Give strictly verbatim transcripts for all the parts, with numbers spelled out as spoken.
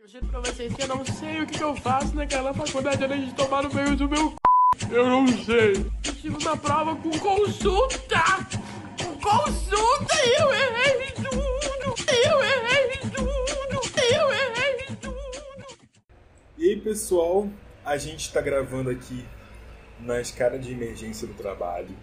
Eu juro pra vocês que eu não sei o que, que eu faço naquela faculdade além de tomar no meio do meu c... Eu não sei. Eu tive uma prova com consulta! Com consulta e eu errei tudo! Eu errei tudo! Eu errei tudo! E aí, pessoal, a gente tá gravando aqui na escada de emergência do trabalho.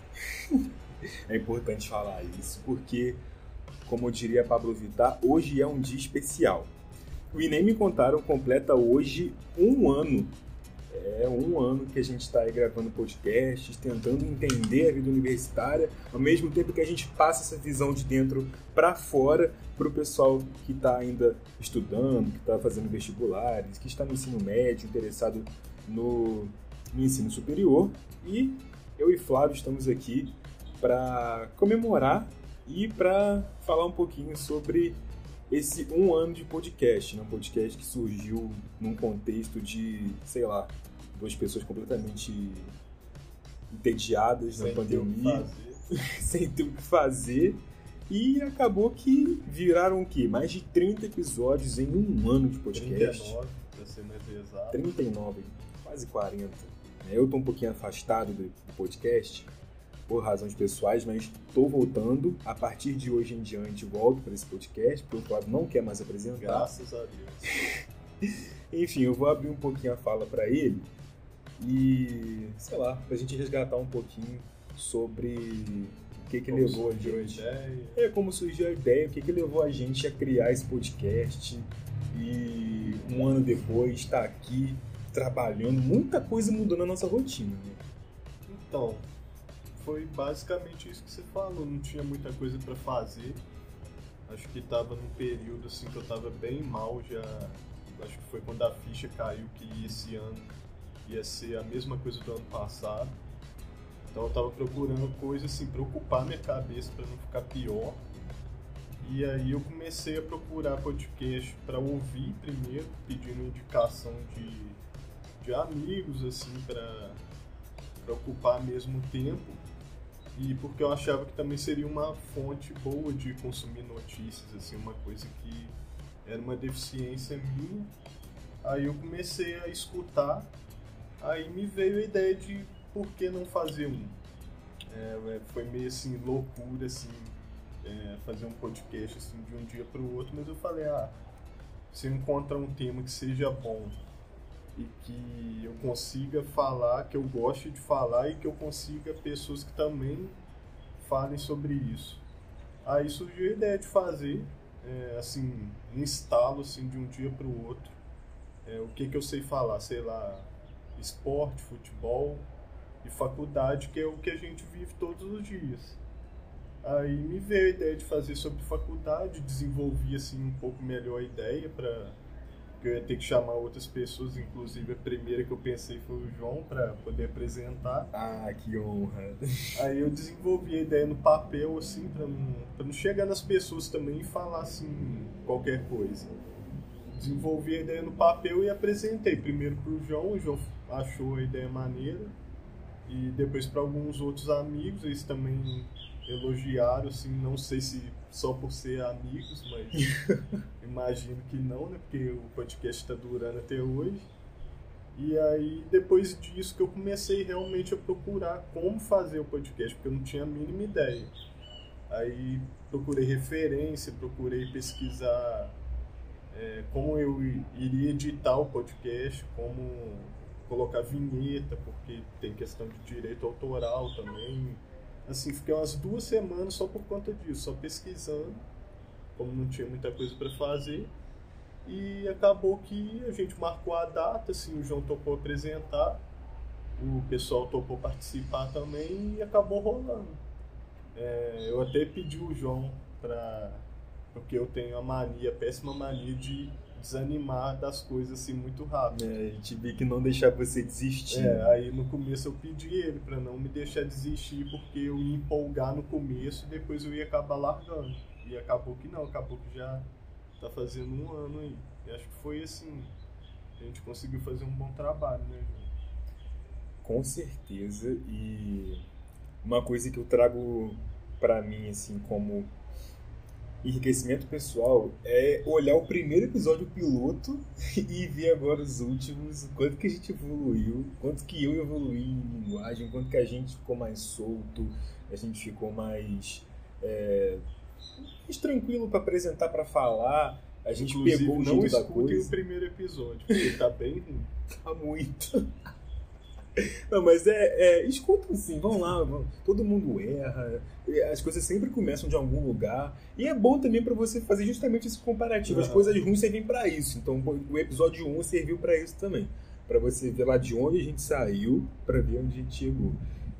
É importante falar isso, porque, como eu diria Pablo Vittar, hoje é um dia especial. E nem me contaram, completa hoje um ano. É um ano que a gente está aí gravando podcasts, tentando entender a vida universitária, ao mesmo tempo que a gente passa essa visão de dentro para fora para o pessoal que está ainda estudando, que está fazendo vestibulares, que está no ensino médio, interessado no, no ensino superior. E eu e Flávio estamos aqui para comemorar e para falar um pouquinho sobre esse um ano de podcast, né? Um podcast que surgiu num contexto de, sei lá, duas pessoas completamente entediadas na pandemia, sem ter o que fazer, e acabou que viraram o quê? Mais de trinta episódios em um ano de podcast. trinta e nove, pra ser mais exato. trinta e nove, quase quarenta. Eu tô um pouquinho afastado do podcast, por razões pessoais, mas estou voltando. A partir de hoje em diante, volto para esse podcast, porque o Flávio não quer mais apresentar. Graças a Deus. Enfim, eu vou abrir um pouquinho a fala para ele e, sei lá, para a gente resgatar um pouquinho sobre o que que como levou a gente. A ideia. É, como surgiu a ideia, o que que levou a gente a criar esse podcast e um ano depois estar aqui trabalhando, muita coisa mudou na nossa rotina, né? Então, foi basicamente isso que você falou, não tinha muita coisa pra fazer. Acho que tava num período assim que eu tava bem mal já. Acho que foi quando a ficha caiu que esse ano ia ser a mesma coisa do ano passado. Então eu tava procurando coisas assim pra ocupar minha cabeça pra não ficar pior. E aí eu comecei a procurar podcast pra ouvir primeiro, pedindo indicação de, de amigos assim pra, pra ocupar mesmo tempo. E porque eu achava que também seria uma fonte boa de consumir notícias, assim, uma coisa que era uma deficiência minha. Aí eu comecei a escutar, aí me veio a ideia de por que não fazer um. É, foi meio assim, loucura, assim, é, fazer um podcast assim, de um dia para o outro, mas eu falei, ah, se eu encontrar um tema que seja bom e que eu consiga falar, que eu goste de falar e que eu consiga pessoas que também falem sobre isso. Aí surgiu a ideia de fazer, é, assim, um estalo assim, de um dia para o outro. É, o que, que eu sei falar? Sei lá, esporte, futebol e faculdade, que é o que a gente vive todos os dias. Aí me veio a ideia de fazer sobre faculdade, desenvolvi assim, um pouco melhor a ideia para que eu ia ter que chamar outras pessoas, inclusive a primeira que eu pensei foi o João, para poder apresentar. Ah, que honra! Aí eu desenvolvi a ideia no papel, assim, para não, pra não chegar nas pessoas também e falar, assim, qualquer coisa. Desenvolvi a ideia no papel e apresentei primeiro para o João, o João achou a ideia maneira, e depois para alguns outros amigos, eles também elogiaram, assim, não sei se só por ser amigos, mas imagino que não, né, porque o podcast está durando até hoje. E aí, depois disso que eu comecei realmente a procurar como fazer o podcast, porque eu não tinha a mínima ideia. Aí procurei referência, procurei pesquisar é, como eu iria editar o podcast, como colocar vinheta, porque tem questão de direito autoral também. Assim, fiquei umas duas semanas só por conta disso, só pesquisando, como não tinha muita coisa para fazer. E acabou que a gente marcou a data, assim, o João topou apresentar, o pessoal topou participar também e acabou rolando. É, eu até pedi o João para, porque eu tenho a mania, a péssima mania de desanimar das coisas assim muito rápido. É, a gente vê que não deixar você desistir. É, aí no começo eu pedi ele para não me deixar desistir, porque eu ia empolgar no começo e depois eu ia acabar largando. E acabou que não, acabou que já tá fazendo um ano aí. E acho que foi assim, a gente conseguiu fazer um bom trabalho, né, João? Com certeza. E uma coisa que eu trago pra mim, assim, como enriquecimento pessoal é olhar o primeiro episódio piloto e ver agora os últimos, o quanto que a gente evoluiu, quanto que eu evoluí em linguagem, quanto que a gente ficou mais solto, a gente ficou mais, é, mais tranquilo para apresentar, para falar. A gente Inclusive, pegou o não jeito da escutem coisa. o primeiro episódio, porque tá bem ruim. Tá muito. Não, mas é, é escutam sim, vão lá, vão, todo mundo erra, as coisas sempre começam de algum lugar, e é bom também para você fazer justamente esse comparativo. As Uhum. coisas ruins servem para isso, então o episódio um serviu para isso também, para você ver lá de onde a gente saiu, para ver onde a gente chegou.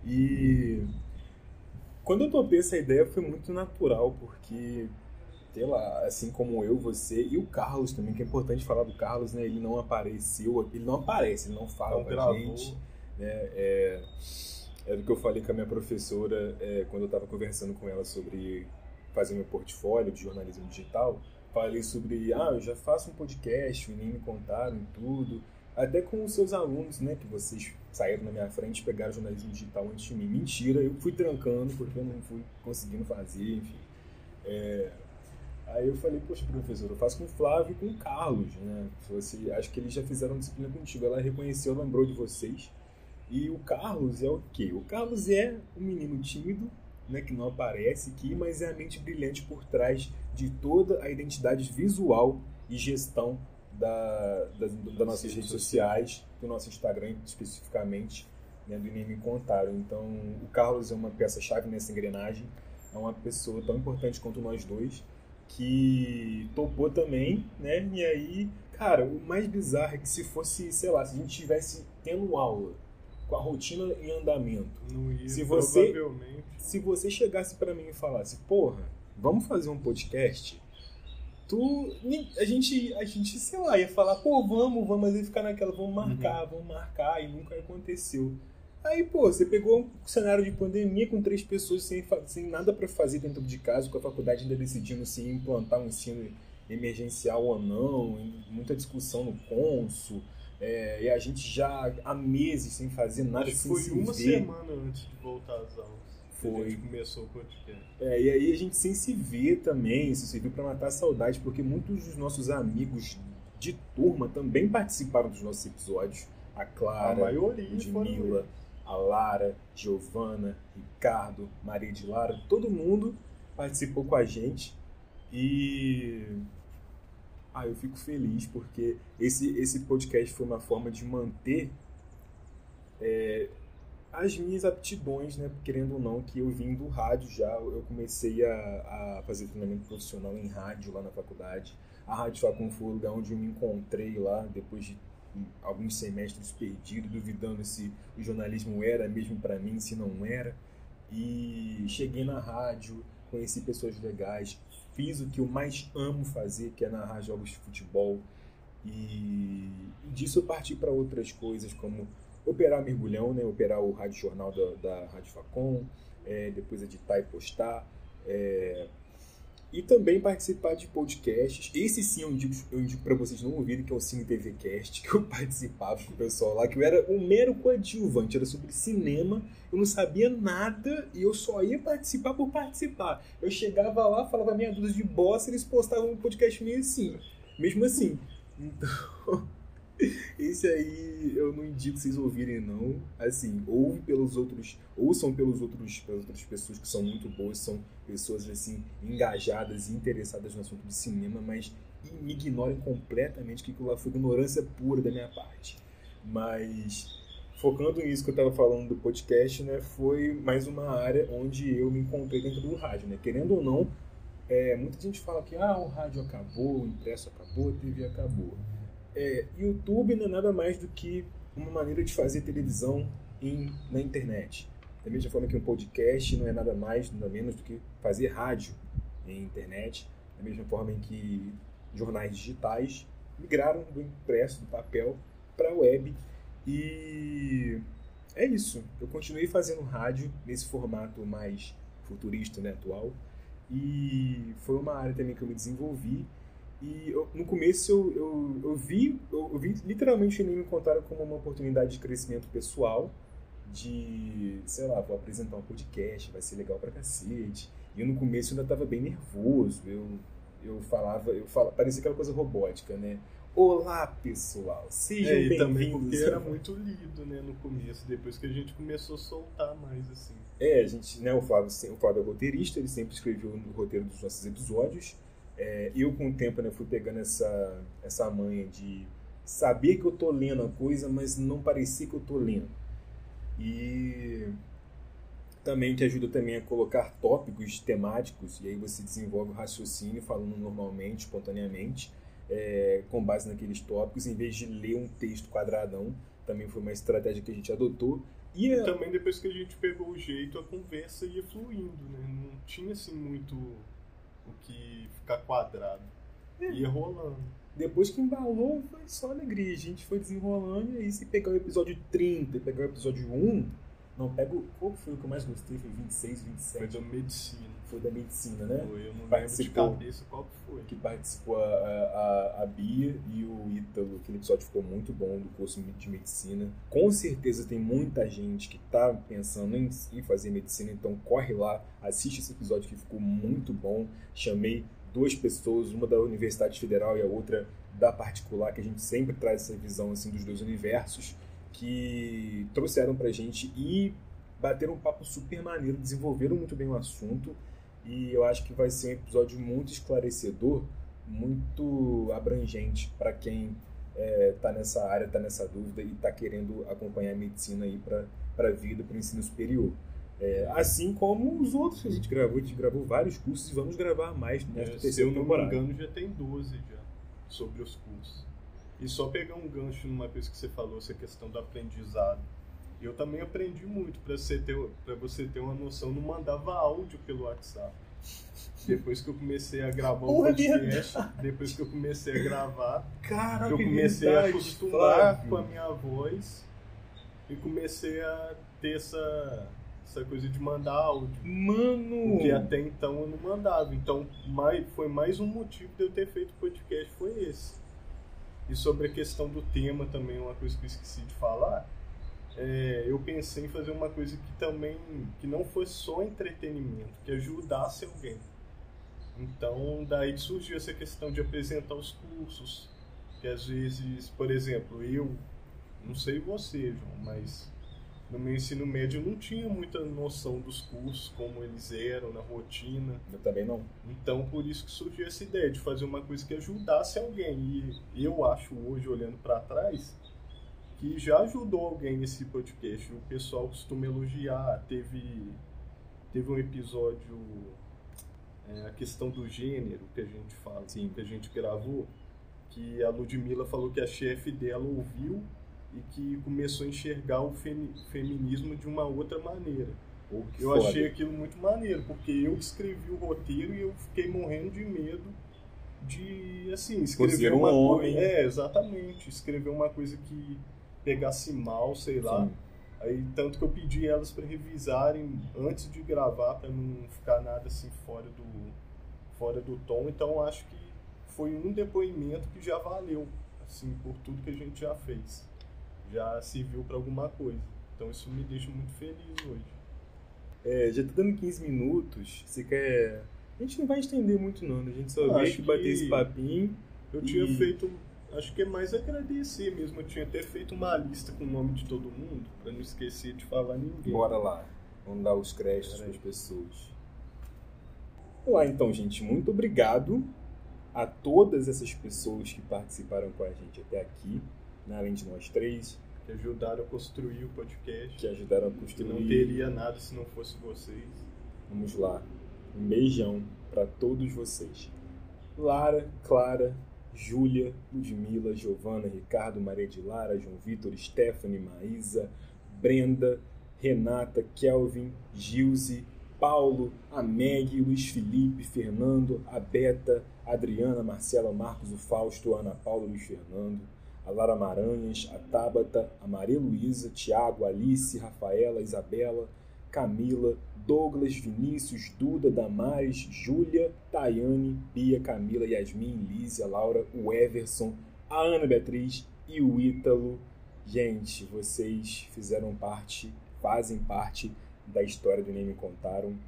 E quando eu topei essa ideia foi muito natural, porque sei lá, assim como eu, você e o Carlos também, que é importante falar do Carlos, né? Ele não apareceu, ele não aparece, ele não fala Não com a gravou. gente. Né? É, é do que eu falei com a minha professora é, quando eu estava conversando com ela sobre fazer meu portfólio de jornalismo digital. Falei sobre, ah, eu já faço um podcast, nem me contaram e tudo. Até com os seus alunos, né? Que vocês saíram na minha frente e pegaram jornalismo digital antes de mim. Mentira, eu fui trancando porque eu não fui conseguindo fazer, enfim. É, Aí eu falei, poxa, professor, eu faço com o Flávio e com o Carlos, né? Você, acho que eles já fizeram disciplina contigo. Ela reconheceu, lembrou de vocês. E o Carlos é o quê? O Carlos é um menino tímido, né, que não aparece aqui, mas é a mente brilhante por trás de toda a identidade visual e gestão da, da, das nossas redes sociais, do nosso Instagram especificamente, né, do Nem Me Contaram. Então, o Carlos é uma peça-chave nessa engrenagem, é uma pessoa tão importante quanto nós dois, que topou também, né? E aí, cara, o mais bizarro é que se fosse, sei lá, se a gente estivesse tendo aula, com a rotina em andamento, Não ia, se você, provavelmente. se você chegasse pra mim e falasse, porra, vamos fazer um podcast, tu, a gente, a gente, sei lá, ia falar, pô, vamos, vamos, mas ia ficar naquela, vamos marcar, vamos marcar, e nunca aconteceu. Aí, pô, você pegou um cenário de pandemia com três pessoas sem, sem nada para fazer dentro de casa, com a faculdade ainda decidindo se implantar um ensino emergencial ou não, muita discussão no Consul, é, e a gente já há meses sem fazer nada, Acho que sem foi se uma ver. semana antes de voltar às aulas. que Foi. A gente começou o podcast. É, e aí a gente sem se ver também, isso serviu para matar a saudade, porque muitos dos nossos amigos de turma também participaram dos nossos episódios. A Clara, A maioria o foram Ludmilla, a Lara, Giovana, Ricardo, Maria de Lara, todo mundo participou com a gente e ah, eu fico feliz porque esse, esse podcast foi uma forma de manter é, as minhas aptidões, né, querendo ou não, que eu vim do rádio já, eu comecei a, a fazer treinamento profissional em rádio lá na faculdade. A Rádio Facom foi o lugar onde eu me encontrei lá, depois de alguns semestres perdidos, duvidando se o jornalismo era mesmo para mim, se não era. E cheguei na rádio, conheci pessoas legais, fiz o que eu mais amo fazer, que é narrar jogos de futebol. E disso eu parti para outras coisas, como operar mergulhão, né? Operar o rádio jornal da, da Rádio Facom, é, depois editar e postar. É, E também participar de podcasts. Esse sim eu indico, eu indico para vocês não ouvirem, que é o Cine T V Cast, que eu participava com o pessoal lá, que eu era um mero coadjuvante, era sobre cinema, eu não sabia nada e eu só ia participar por participar. Eu chegava lá, falava meia dúzia de bosta, eles postavam um podcast meio assim, mesmo assim. Então, esse aí eu não indico vocês ouvirem não. Assim, ouve pelos outros, ouçam pelos outros, pelas outras pessoas que são muito boas, são pessoas assim engajadas e interessadas no assunto de cinema, mas me ignorem completamente, que aquilo lá foi ignorância pura da minha parte. Mas focando nisso que eu estava falando do podcast, né, foi mais uma área onde eu me encontrei dentro do rádio, né? Querendo ou não, é, muita gente fala que ah, o rádio acabou, o impresso acabou, a T V acabou. É, YouTube não é nada mais do que uma maneira de fazer televisão em, na internet. Da mesma forma que um podcast não é nada mais, nada menos do que fazer rádio em internet. Da mesma forma em que jornais digitais migraram do impresso, do papel, para a web. E é isso. Eu continuei fazendo rádio nesse formato mais futurista, né, atual. E foi uma área também que eu me desenvolvi. E eu, no começo eu, eu, eu, vi, eu, eu vi literalmente nem me contaram como uma oportunidade de crescimento pessoal, de, sei lá, vou apresentar um podcast, vai ser legal pra cacete. E eu, no começo, ainda estava bem nervoso. Eu, eu falava, eu falava, parecia aquela coisa robótica, né? Olá, pessoal, sejam É, e também porque bem-vindos. era muito lido, né, no começo, depois que a gente começou a soltar mais, assim. É, a gente, né, o Flávio, o Flávio é roteirista, ele sempre escreveu no roteiro dos nossos episódios. É, eu, com o tempo, né, fui pegando essa, essa manha de saber que eu tô lendo a coisa, mas não parecer que eu tô lendo. E também que ajuda também a colocar tópicos temáticos, e aí você desenvolve o raciocínio falando normalmente, espontaneamente, é, com base naqueles tópicos, em vez de ler um texto quadradão. Também foi uma estratégia que a gente adotou. E E também depois que a gente pegou o jeito, a conversa ia fluindo, né? Não tinha assim muito o que ficar quadrado. Ia rolando. depois que embalou, foi só alegria. A gente foi desenrolando, e aí se pegar o episódio trinta e pegar o episódio um, não, pega o... Qual foi o que eu mais gostei? Foi vinte e seis, vinte e Foi sete? da medicina. Foi da medicina, né? Foi, eu não Participou. lembro de cabeça qual que foi. Que participou a, a, a Bia e o Ítalo. Aquele episódio ficou muito bom, do curso de medicina. Com certeza tem muita gente que está pensando em, em fazer medicina, então corre lá, assiste esse episódio que ficou muito bom. Chamei duas pessoas, uma da Universidade Federal e a outra da particular, que a gente sempre traz essa visão assim, dos dois universos, que trouxeram pra gente e bateram um papo super maneiro, desenvolveram muito bem o assunto. E eu acho que vai ser um episódio muito esclarecedor, muito abrangente para quem está nessa área, está nessa dúvida e está querendo acompanhar a medicina para a vida, para o ensino superior. É, assim como os outros que a gente gravou, a gente gravou vários cursos e vamos gravar mais nesta É, se terceira eu não me temporada. engano, já tem doze já sobre os cursos. E só pegar um gancho numa coisa que você falou, essa questão do aprendizado. Eu também aprendi muito, para você ter, para você ter uma noção, não mandava áudio pelo WhatsApp. Depois que eu comecei a gravar o Porra, podcast, depois que eu comecei a gravar, Caraca, eu comecei verdade, a acostumar Flávio. com a minha voz e comecei a ter essa, essa coisa de mandar áudio. Mano! Porque até então eu não mandava. Então mais, foi mais um motivo de eu ter feito podcast, foi esse. E sobre a questão do tema também, uma coisa que eu esqueci de falar, é, eu pensei em fazer uma coisa que também, que não fosse só entretenimento, que ajudasse alguém. Então daí surgiu essa questão de apresentar os cursos, que às vezes, por exemplo, eu, não sei você, João, mas no meu ensino médio eu não tinha muita noção dos cursos, como eles eram, na rotina. Eu também não. Então, por isso que surgiu essa ideia de fazer uma coisa que ajudasse alguém. E eu acho hoje, olhando para trás, que já ajudou alguém esse podcast. O pessoal costuma elogiar. Teve, teve um episódio, é, a questão do gênero que a gente fala, Sim. que a gente gravou, que a Ludmilla falou que a chefe dela ouviu e que começou a enxergar o femi- feminismo de uma outra maneira. Pô, que Eu foda. achei aquilo muito maneiro, porque eu escrevi o roteiro e eu fiquei morrendo de medo de, assim, escrever ser um uma homem. coisa... É, exatamente. Escrever uma coisa que pegasse mal, sei lá. Sim. Aí, tanto que eu pedi elas para revisarem antes de gravar, para não ficar nada assim fora do, fora do tom. Então, eu acho que foi um depoimento que já valeu, assim, por tudo que a gente já fez. Já serviu para alguma coisa. Então, isso me deixa muito feliz hoje. É, já tá dando quinze minutos. Você quer... A gente não vai estender muito não, né? A gente só Eu veio acho aqui bater que- esse papinho. Eu E- tinha feito, acho que é mais agradecer mesmo. Eu tinha até feito uma lista com o nome de todo mundo, para não esquecer de falar ninguém. Bora lá. Vamos dar os créditos para as pessoas. Olá, então, gente. Muito obrigado a todas essas pessoas que participaram com a gente até aqui, né? Além de nós três, Que ajudaram a construir o podcast. que ajudaram a Que construir. não teria nada se não fosse vocês. Vamos lá. Um beijão para todos vocês. Lara, Clara, Júlia, Ludmila, Giovana, Ricardo, Maria de Lara, João Vitor, Stephanie, Maísa, Brenda, Renata, Kelvin, Gilze, Paulo, a Meg, Luiz Felipe, Fernando, a Beta, a Adriana, Marcela, Marcos, o Fausto, a Ana Paula, Luiz Fernando, a Lara Maranhas, a Tabata, a Maria Luísa, Tiago, Alice, Rafaela, Isabela, Camila, Douglas, Vinícius, Duda, Damares, Júlia, Tayane, Bia, Camila, Yasmin, Lízia, Laura, o Everson, a Ana Beatriz e o Ítalo. Gente, vocês fizeram parte, fazem parte da história do Nem Me Contaram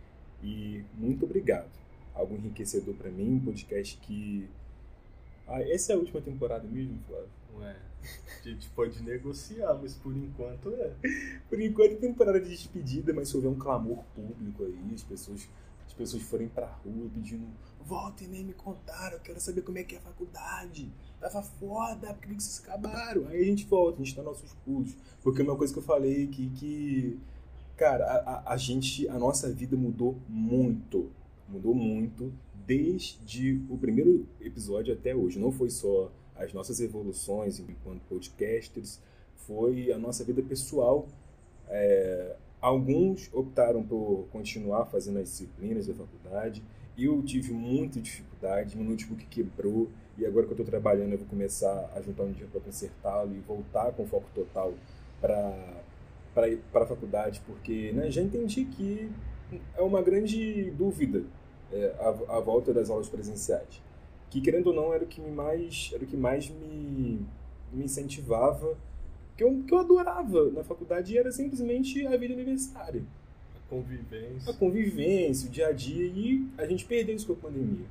E muito obrigado. Algo enriquecedor para mim, um podcast que... Ah, essa é a última temporada mesmo, Flávio? Ué, a gente pode negociar, mas por enquanto é. Por enquanto é temporada de despedida, mas se houver um clamor público aí, as pessoas, as pessoas forem pra rua pedindo: voltem nem me contaram, eu quero saber como é que é a faculdade. Tava foda, por que vocês acabaram? Aí a gente volta, a gente dá nossos pulos. Porque é uma coisa que eu falei que, que cara, a, a, a gente, a nossa vida mudou muito. Mudou muito desde o primeiro episódio até hoje. Não foi só as nossas evoluções enquanto podcasters, foi a nossa vida pessoal. É, alguns optaram por continuar fazendo as disciplinas da faculdade. Eu tive muita dificuldade, meu notebook quebrou, e agora que eu estou trabalhando eu vou começar a juntar um dia para consertá-lo e voltar com foco total para para a faculdade, porque, né, já entendi que é uma grande dúvida é, a, a volta das aulas presenciais. Que, querendo ou não, era o que mais, era o que mais me, me incentivava, que eu, que eu adorava na faculdade, e era simplesmente a vida universitária. A convivência. A convivência, o dia a dia, e a gente perdeu isso com a pandemia.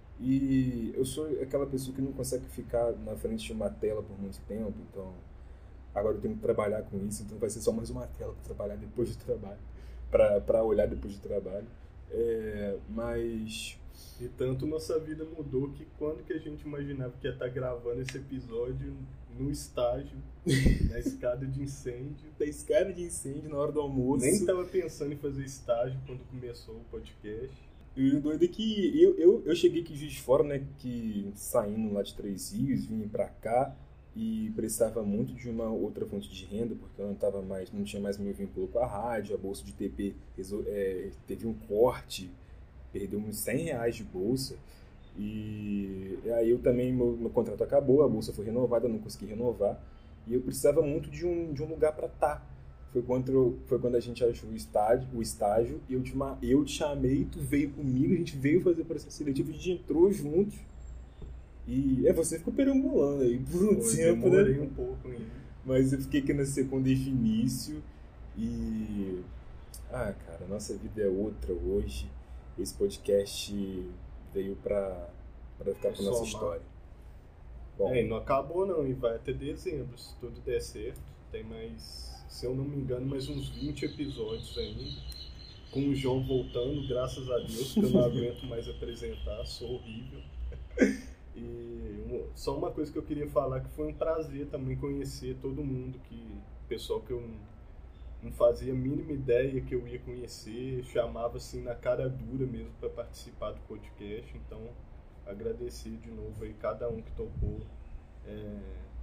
E eu sou aquela pessoa que não consegue ficar na frente de uma tela por muito tempo, então agora eu tenho que trabalhar com isso, então vai ser só mais uma tela para trabalhar depois do trabalho, para olhar depois do trabalho. É, mas... E tanto nossa vida mudou que quando que a gente imaginava que ia estar gravando esse episódio no estágio, na escada de incêndio. Da escada de incêndio na hora do almoço. Nem estava pensando em fazer estágio quando começou o podcast. E o doido é que eu, eu, eu cheguei aqui de Juiz de Fora, né, que saindo lá de Três Rios, vim pra cá e precisava muito de uma outra fonte de renda, porque eu não tava mais, não tinha mais meu vínculo com a rádio, a bolsa de T P resol, é, teve um corte, perdeu uns cem reais de bolsa, e aí eu também, meu, meu contrato acabou, a bolsa foi renovada, eu não consegui renovar, e eu precisava muito de um, de um lugar para estar. Foi quando, eu, foi quando a gente achou o estágio, o estágio e eu te, eu te chamei, tu veio comigo, a gente veio fazer o processo seletivo, a gente entrou juntos, e é, você ficou perambulando aí por um Foi, tempo, né? demorei um pouco ainda. Mas eu fiquei aqui na segunda desde o início, e... Ah, cara, nossa vida é outra hoje. Esse podcast veio pra, pra ficar com a nossa história. Bom, É, e não acabou não, e vai até dezembro, se tudo der certo. Tem mais, se eu não me engano, mais uns vinte episódios ainda. Com o João voltando, graças a Deus, que eu não aguento mais apresentar, sou horrível. E um, só uma coisa que eu queria falar, que foi um prazer também conhecer todo mundo, que pessoal que eu não, não fazia a mínima ideia que eu ia conhecer, chamava assim na cara dura mesmo para participar do podcast. Então agradecer de novo aí cada um que topou é,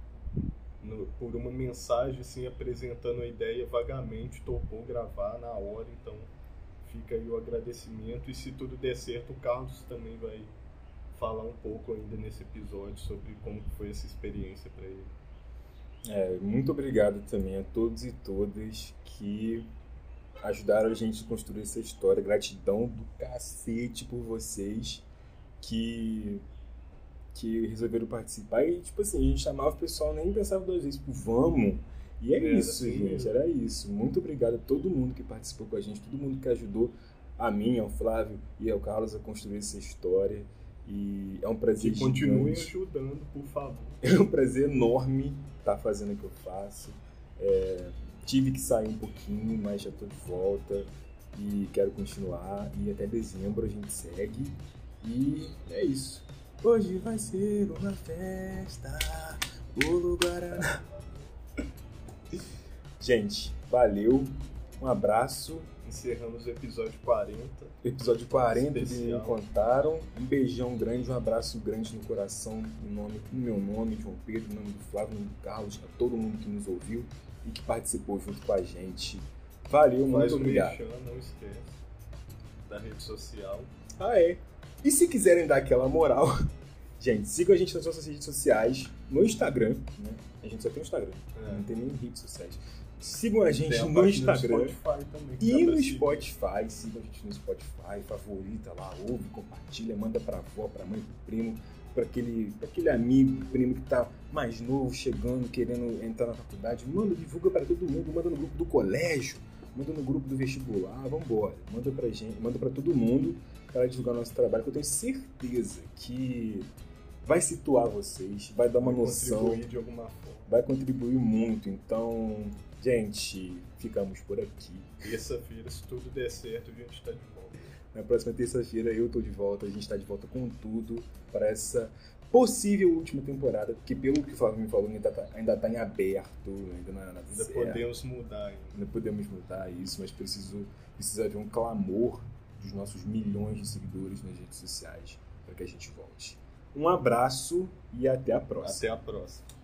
no, por uma mensagem assim, apresentando a ideia vagamente, topou gravar na hora. Então fica aí o agradecimento, e se tudo der certo o Carlos também vai falar um pouco ainda nesse episódio sobre como foi essa experiência para ele. É, muito obrigado também a todos e todas que ajudaram a gente a construir essa história. Gratidão do cacete por vocês que, que resolveram participar. E, tipo assim, a gente chamava o pessoal, nem pensava duas vezes, tipo, vamos. E é, Era isso, assim gente, mesmo. era isso. Muito obrigado a todo mundo que participou com a gente, todo mundo que ajudou a mim, ao Flávio e ao Carlos a construir essa história. E é um prazer E continuem gigante. ajudando, por favor. É um prazer enorme estar fazendo o que eu faço. É, tive que sair um pouquinho, mas já estou de volta e quero continuar. E até dezembro a gente segue. E é isso. Hoje vai ser uma festa, bolo Guaraná. Gente, valeu. Um abraço. Encerramos o episódio quarenta. Episódio quarenta que me Especial. contaram. Um beijão grande, um abraço grande no coração, no nome, no meu nome, João Pedro, no nome do Flávio, no nome do Carlos, a todo mundo que nos ouviu e que participou junto com a gente. Valeu, Faz muito o obrigado. merchan, não esquece. Da rede social. Ah, é. E se quiserem dar aquela moral, gente, sigam a gente nas nossas redes sociais, no Instagram, né? A gente só tem o Instagram, É. não tem nem redes sociais. Sigam a gente Tem a no página Instagram. do Spotify também, que E dá pra no seguir. Spotify, siga a gente no Spotify, favorita lá, ouve, compartilha, manda pra avó, pra mãe, pro primo, pra aquele, pra aquele amigo, primo que tá mais novo, chegando, querendo entrar na faculdade, manda, divulga pra todo mundo, manda no grupo do colégio, manda no grupo do vestibular, vambora. Manda pra gente, manda pra todo mundo para divulgar nosso trabalho, que eu tenho certeza que vai situar vocês, vai dar uma Vai noção, contribuir de alguma forma. vai contribuir muito. Então, gente, ficamos por aqui. Terça-feira, se tudo der certo, a gente tá de volta. Na próxima terça-feira eu tô de volta, a gente tá de volta com tudo para essa possível última temporada, porque pelo que o Flávio me falou, ainda tá, ainda tá em aberto, ainda não é nada Ainda certo. podemos mudar ainda. Ainda podemos mudar isso, mas preciso, precisa haver um clamor dos nossos milhões de seguidores nas redes sociais para que a gente volte. Um abraço e até a próxima. Até a próxima.